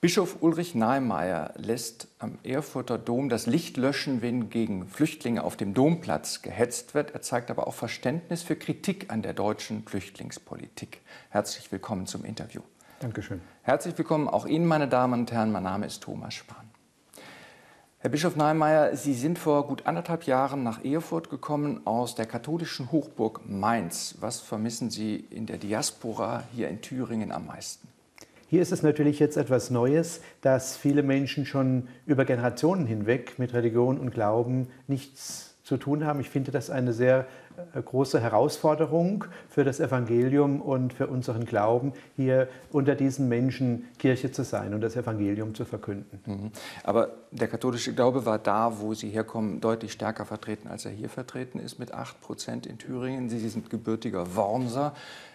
Bischof Ulrich Nahemeier lässt am Erfurter Dom das Licht löschen, wenn gegen Flüchtlinge auf dem Domplatz gehetzt wird. Er zeigt aber auch Verständnis für Kritik an der deutschen Flüchtlingspolitik. Herzlich willkommen zum Interview. Dankeschön. Herzlich willkommen auch Ihnen, meine Damen und Herren. Mein Name ist Thomas Spahn. Herr Bischof Nahemeier, Sie sind vor gut 1,5 Jahren nach Erfurt gekommen aus der katholischen Hochburg Mainz. Was vermissen Sie in der Diaspora hier in Thüringen am meisten? Hier ist es natürlich jetzt etwas Neues, dass viele Menschen schon über Generationen hinweg mit Religion und Glauben nichts zu tun haben. Ich finde das eine sehr große Herausforderung für das Evangelium und für unseren Glauben, hier unter diesen Menschen Kirche zu sein und das Evangelium zu verkünden. Aber der katholische Glaube war da, wo Sie herkommen, deutlich stärker vertreten, als er hier vertreten ist, mit 8% in Thüringen. Sie sind gebürtiger Wormser.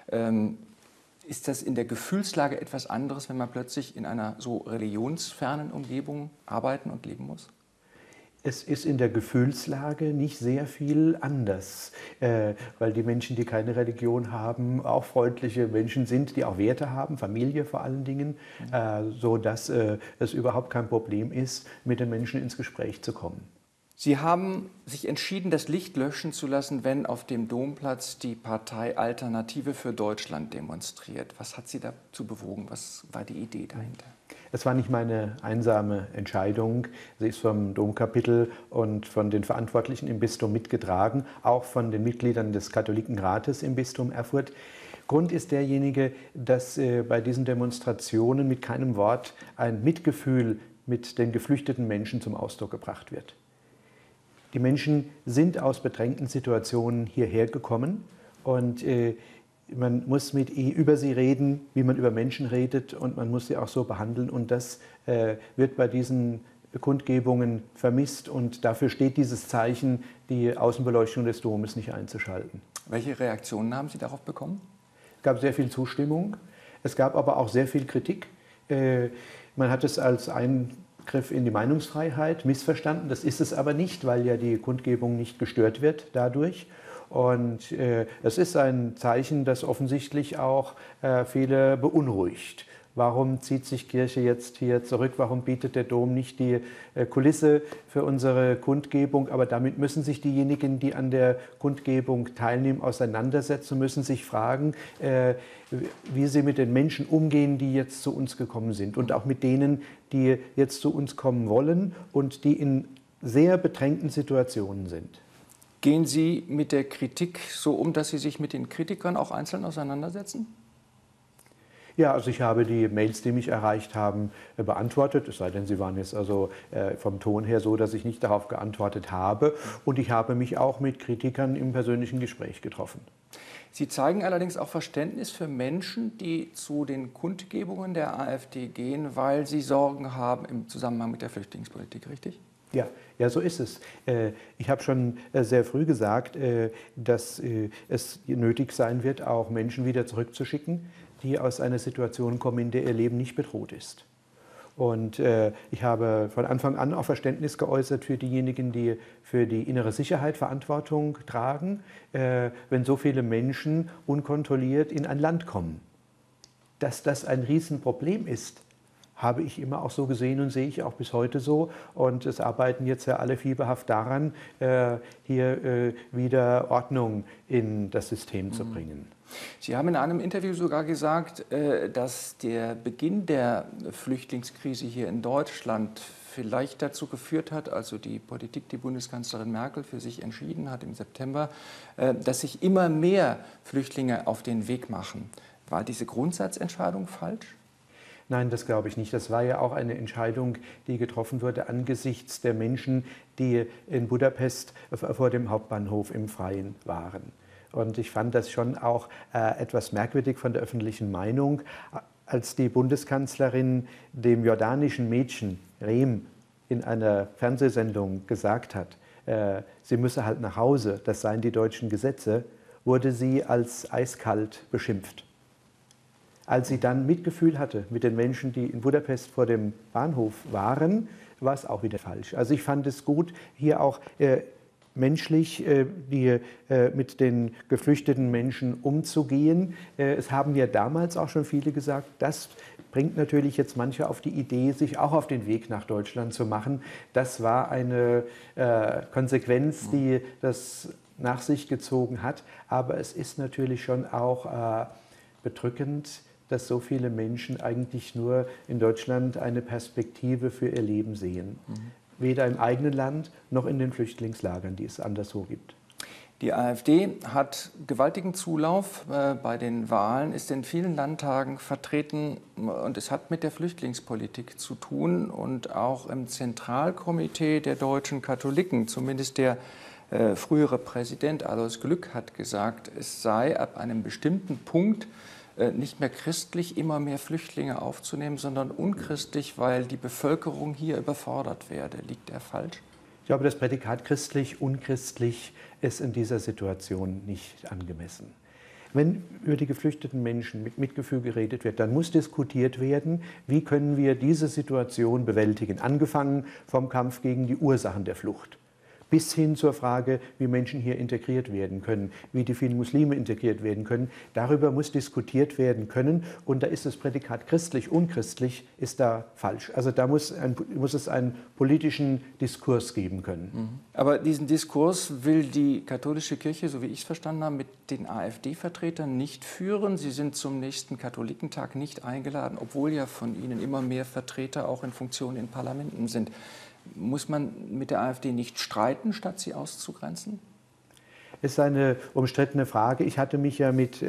Ist das in der Gefühlslage etwas anderes, wenn man plötzlich in einer so religionsfernen Umgebung arbeiten und leben muss? Es ist in der Gefühlslage nicht sehr viel anders, weil die Menschen, die keine Religion haben, auch freundliche Menschen sind, die auch Werte haben, Familie vor allen Dingen, so dass es überhaupt kein Problem ist, mit den Menschen ins Gespräch zu kommen. Sie haben sich entschieden, das Licht löschen zu lassen, wenn auf dem Domplatz die Partei Alternative für Deutschland demonstriert. Was hat Sie dazu bewogen? Was war die Idee dahinter? Es war nicht meine einsame Entscheidung. Sie ist vom Domkapitel und von den Verantwortlichen im Bistum mitgetragen, auch von den Mitgliedern des Katholikenrates im Bistum Erfurt. Grund ist derjenige, dass bei diesen Demonstrationen mit keinem Wort ein Mitgefühl mit den geflüchteten Menschen zum Ausdruck gebracht wird. Die Menschen sind aus bedrängten Situationen hierher gekommen und man muss über sie reden, wie man über Menschen redet, und man muss sie auch so behandeln, und das wird bei diesen Kundgebungen vermisst, und dafür steht dieses Zeichen, die Außenbeleuchtung des Domes nicht einzuschalten. Welche Reaktionen haben Sie darauf bekommen? Es gab sehr viel Zustimmung, es gab aber auch sehr viel Kritik. Man hat es als Eingriff in die Meinungsfreiheit missverstanden. Das ist es aber nicht, weil ja die Kundgebung nicht gestört wird dadurch. Und es ist ein Zeichen, das offensichtlich auch viele beunruhigt. Warum zieht sich Kirche jetzt hier zurück? Warum bietet der Dom nicht die Kulisse für unsere Kundgebung? Aber damit müssen sich diejenigen, die an der Kundgebung teilnehmen, auseinandersetzen, müssen sich fragen, wie sie mit den Menschen umgehen, die jetzt zu uns gekommen sind, und auch mit denen, die jetzt zu uns kommen wollen und die in sehr bedrängten Situationen sind. Gehen Sie mit der Kritik so um, dass Sie sich mit den Kritikern auch einzeln auseinandersetzen? Ja, also ich habe die Mails, die mich erreicht haben, beantwortet, es sei denn, sie waren jetzt also vom Ton her so, dass ich nicht darauf geantwortet habe. Und ich habe mich auch mit Kritikern im persönlichen Gespräch getroffen. Sie zeigen allerdings auch Verständnis für Menschen, die zu den Kundgebungen der AfD gehen, weil sie Sorgen haben im Zusammenhang mit der Flüchtlingspolitik, richtig? Ja, so ist es. Ich habe schon sehr früh gesagt, dass es nötig sein wird, auch Menschen wieder zurückzuschicken, die aus einer Situation kommen, in der ihr Leben nicht bedroht ist. Und ich habe von Anfang an auch Verständnis geäußert für diejenigen, die für die innere Sicherheit Verantwortung tragen, wenn so viele Menschen unkontrolliert in ein Land kommen. Dass das ein Riesenproblem ist, habe ich immer auch so gesehen und sehe ich auch bis heute so. Und es arbeiten jetzt ja alle fieberhaft daran, hier wieder Ordnung in das System zu bringen. Sie haben in einem Interview sogar gesagt, dass der Beginn der Flüchtlingskrise hier in Deutschland vielleicht dazu geführt hat, also die Politik, die Bundeskanzlerin Merkel für sich entschieden hat im September, dass sich immer mehr Flüchtlinge auf den Weg machen. War diese Grundsatzentscheidung falsch? Nein, das glaube ich nicht. Das war ja auch eine Entscheidung, die getroffen wurde angesichts der Menschen, die in Budapest vor dem Hauptbahnhof im Freien waren. Und ich fand das schon auch etwas merkwürdig von der öffentlichen Meinung, als die Bundeskanzlerin dem jordanischen Mädchen Reem in einer Fernsehsendung gesagt hat, sie müsse halt nach Hause, das seien die deutschen Gesetze, wurde sie als eiskalt beschimpft. Als sie dann Mitgefühl hatte mit den Menschen, die in Budapest vor dem Bahnhof waren, war es auch wieder falsch. Also ich fand es gut, hier auch menschlich mit den geflüchteten Menschen umzugehen. Es haben ja damals auch schon viele gesagt, dass bringt natürlich jetzt manche auf die Idee, sich auch auf den Weg nach Deutschland zu machen. Das war eine Konsequenz, die das nach sich gezogen hat. Aber es ist natürlich schon auch bedrückend, dass so viele Menschen eigentlich nur in Deutschland eine Perspektive für ihr Leben sehen. Weder im eigenen Land noch in den Flüchtlingslagern, die es anderswo gibt. Die AfD hat gewaltigen Zulauf bei den Wahlen, ist in vielen Landtagen vertreten und es hat mit der Flüchtlingspolitik zu tun. Und auch im Zentralkomitee der deutschen Katholiken, zumindest der frühere Präsident Alois Glück hat gesagt, es sei ab einem bestimmten Punkt nicht mehr christlich, immer mehr Flüchtlinge aufzunehmen, sondern unchristlich, weil die Bevölkerung hier überfordert werde. Liegt er falsch? Ich glaube, das Prädikat christlich, unchristlich ist in dieser Situation nicht angemessen. Wenn über die geflüchteten Menschen mit Mitgefühl geredet wird, dann muss diskutiert werden, wie können wir diese Situation bewältigen. Angefangen vom Kampf gegen die Ursachen der Flucht, bis hin zur Frage, wie Menschen hier integriert werden können, wie die vielen Muslime integriert werden können. Darüber muss diskutiert werden können und da ist das Prädikat christlich, unchristlich, ist da falsch. Also da muss es einen politischen Diskurs geben können. Aber diesen Diskurs will die katholische Kirche, so wie ich es verstanden habe, mit den AfD-Vertretern nicht führen. Sie sind zum nächsten Katholikentag nicht eingeladen, obwohl ja von ihnen immer mehr Vertreter auch in Funktionen in Parlamenten sind. Muss man mit der AfD nicht streiten, statt sie auszugrenzen? Das ist eine umstrittene Frage. Ich hatte mich ja mit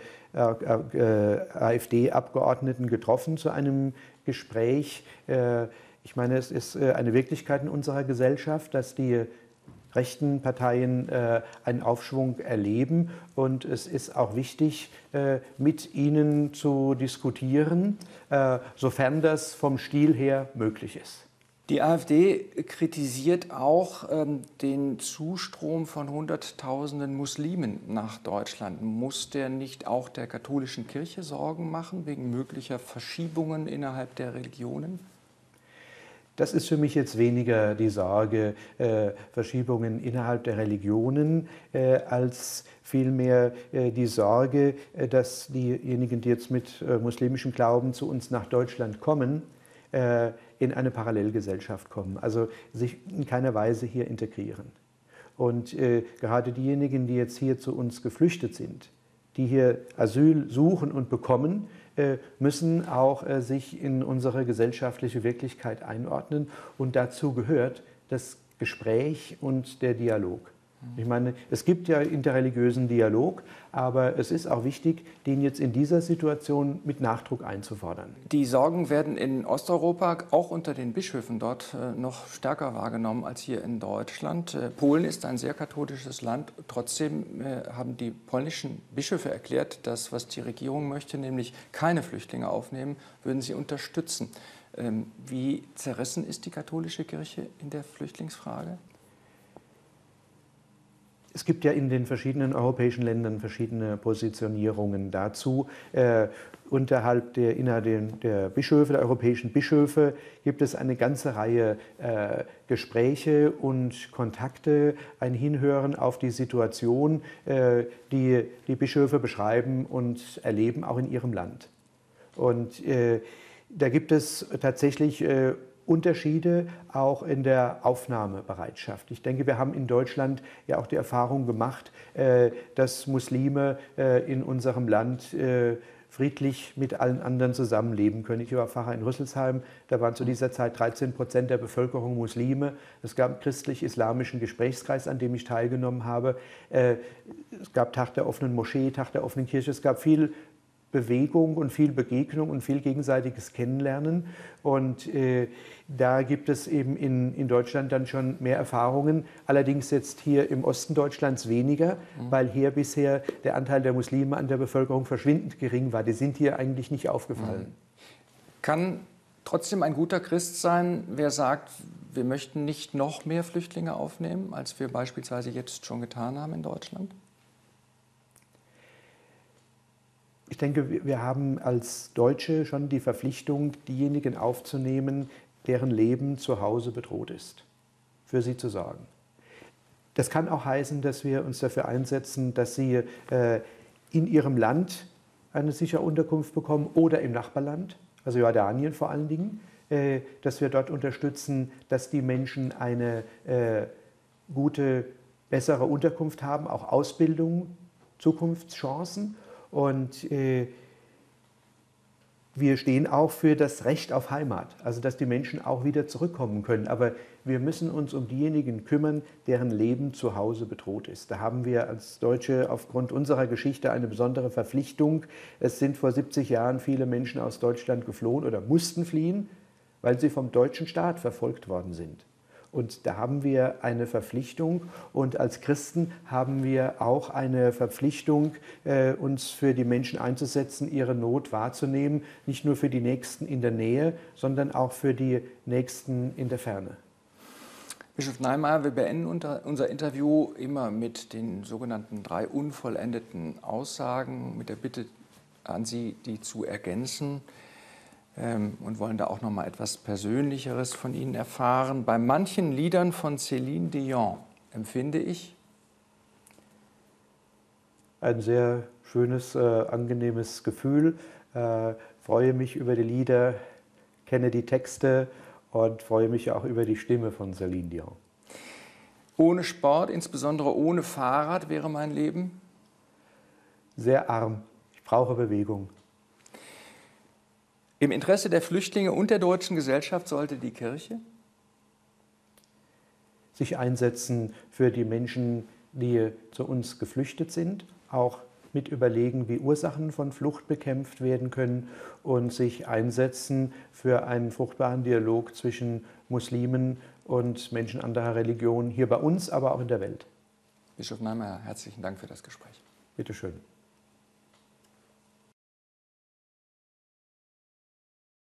AfD-Abgeordneten getroffen zu einem Gespräch. Ich meine, es ist eine Wirklichkeit in unserer Gesellschaft, dass die rechten Parteien einen Aufschwung erleben. Und es ist auch wichtig, mit ihnen zu diskutieren, sofern das vom Stil her möglich ist. Die AfD kritisiert auch den Zustrom von Hunderttausenden Muslimen nach Deutschland. Muss der nicht auch der katholischen Kirche Sorgen machen, wegen möglicher Verschiebungen innerhalb der Religionen? Das ist für mich jetzt weniger die Sorge, Verschiebungen innerhalb der Religionen, als vielmehr die Sorge, dass diejenigen, die jetzt mit muslimischem Glauben zu uns nach Deutschland kommen, in eine Parallelgesellschaft kommen, also sich in keiner Weise hier integrieren. Und gerade diejenigen, die jetzt hier zu uns geflüchtet sind, die hier Asyl suchen und bekommen, müssen auch sich in unsere gesellschaftliche Wirklichkeit einordnen. Und dazu gehört das Gespräch und der Dialog. Ich meine, es gibt ja interreligiösen Dialog, aber es ist auch wichtig, den jetzt in dieser Situation mit Nachdruck einzufordern. Die Sorgen werden in Osteuropa, auch unter den Bischöfen dort, noch stärker wahrgenommen als hier in Deutschland. Polen ist ein sehr katholisches Land. Trotzdem haben die polnischen Bischöfe erklärt, dass, was die Regierung möchte, nämlich keine Flüchtlinge aufnehmen, würden sie unterstützen. Wie zerrissen ist die katholische Kirche in der Flüchtlingsfrage? Es gibt ja in den verschiedenen europäischen Ländern verschiedene Positionierungen dazu. Innerhalb der Bischöfe, der europäischen Bischöfe, gibt es eine ganze Reihe Gespräche und Kontakte, ein Hinhören auf die Situation, die die Bischöfe beschreiben und erleben, auch in ihrem Land. Und da gibt es tatsächlich Unterschiede auch in der Aufnahmebereitschaft. Ich denke, wir haben in Deutschland ja auch die Erfahrung gemacht, dass Muslime in unserem Land friedlich mit allen anderen zusammenleben können. Ich war Pfarrer in Rüsselsheim, da waren zu dieser Zeit 13% der Bevölkerung Muslime. Es gab einen christlich-islamischen Gesprächskreis, an dem ich teilgenommen habe. Es gab Tag der offenen Moschee, Tag der offenen Kirche. Es gab viel Bewegung und viel Begegnung und viel gegenseitiges Kennenlernen. Und da gibt es eben in Deutschland dann schon mehr Erfahrungen. Allerdings jetzt hier im Osten Deutschlands weniger, weil hier bisher der Anteil der Muslime an der Bevölkerung verschwindend gering war. Die sind hier eigentlich nicht aufgefallen. Kann trotzdem ein guter Christ sein, wer sagt, wir möchten nicht noch mehr Flüchtlinge aufnehmen, als wir beispielsweise jetzt schon getan haben in Deutschland? Ich denke, wir haben als Deutsche schon die Verpflichtung, diejenigen aufzunehmen, deren Leben zu Hause bedroht ist, für sie zu sorgen. Das kann auch heißen, dass wir uns dafür einsetzen, dass sie in ihrem Land eine sichere Unterkunft bekommen oder im Nachbarland, also Jordanien vor allen Dingen, dass wir dort unterstützen, dass die Menschen eine gute, bessere Unterkunft haben, auch Ausbildung, Zukunftschancen. Und wir stehen auch für das Recht auf Heimat, also dass die Menschen auch wieder zurückkommen können. Aber wir müssen uns um diejenigen kümmern, deren Leben zu Hause bedroht ist. Da haben wir als Deutsche aufgrund unserer Geschichte eine besondere Verpflichtung. Es sind vor 70 Jahren viele Menschen aus Deutschland geflohen oder mussten fliehen, weil sie vom deutschen Staat verfolgt worden sind. Und da haben wir eine Verpflichtung, und als Christen haben wir auch eine Verpflichtung, uns für die Menschen einzusetzen, ihre Not wahrzunehmen, nicht nur für die Nächsten in der Nähe, sondern auch für die Nächsten in der Ferne. Bischof Neimeyer, wir beenden unser Interview immer mit den sogenannten 3 unvollendeten Aussagen, mit der Bitte an Sie, die zu ergänzen. Und wollen da auch noch mal etwas Persönlicheres von Ihnen erfahren. Bei manchen Liedern von Céline Dion empfinde ich ein sehr schönes, angenehmes Gefühl. Freue mich über die Lieder, kenne die Texte und freue mich auch über die Stimme von Céline Dion. Ohne Sport, insbesondere ohne Fahrrad, wäre mein Leben sehr arm. Ich brauche Bewegung. Im Interesse der Flüchtlinge und der deutschen Gesellschaft sollte die Kirche sich einsetzen für die Menschen, die zu uns geflüchtet sind, auch mit überlegen, wie Ursachen von Flucht bekämpft werden können, und sich einsetzen für einen fruchtbaren Dialog zwischen Muslimen und Menschen anderer Religion, hier bei uns, aber auch in der Welt. Bischof Neimeyer, herzlichen Dank für das Gespräch. Bitte schön.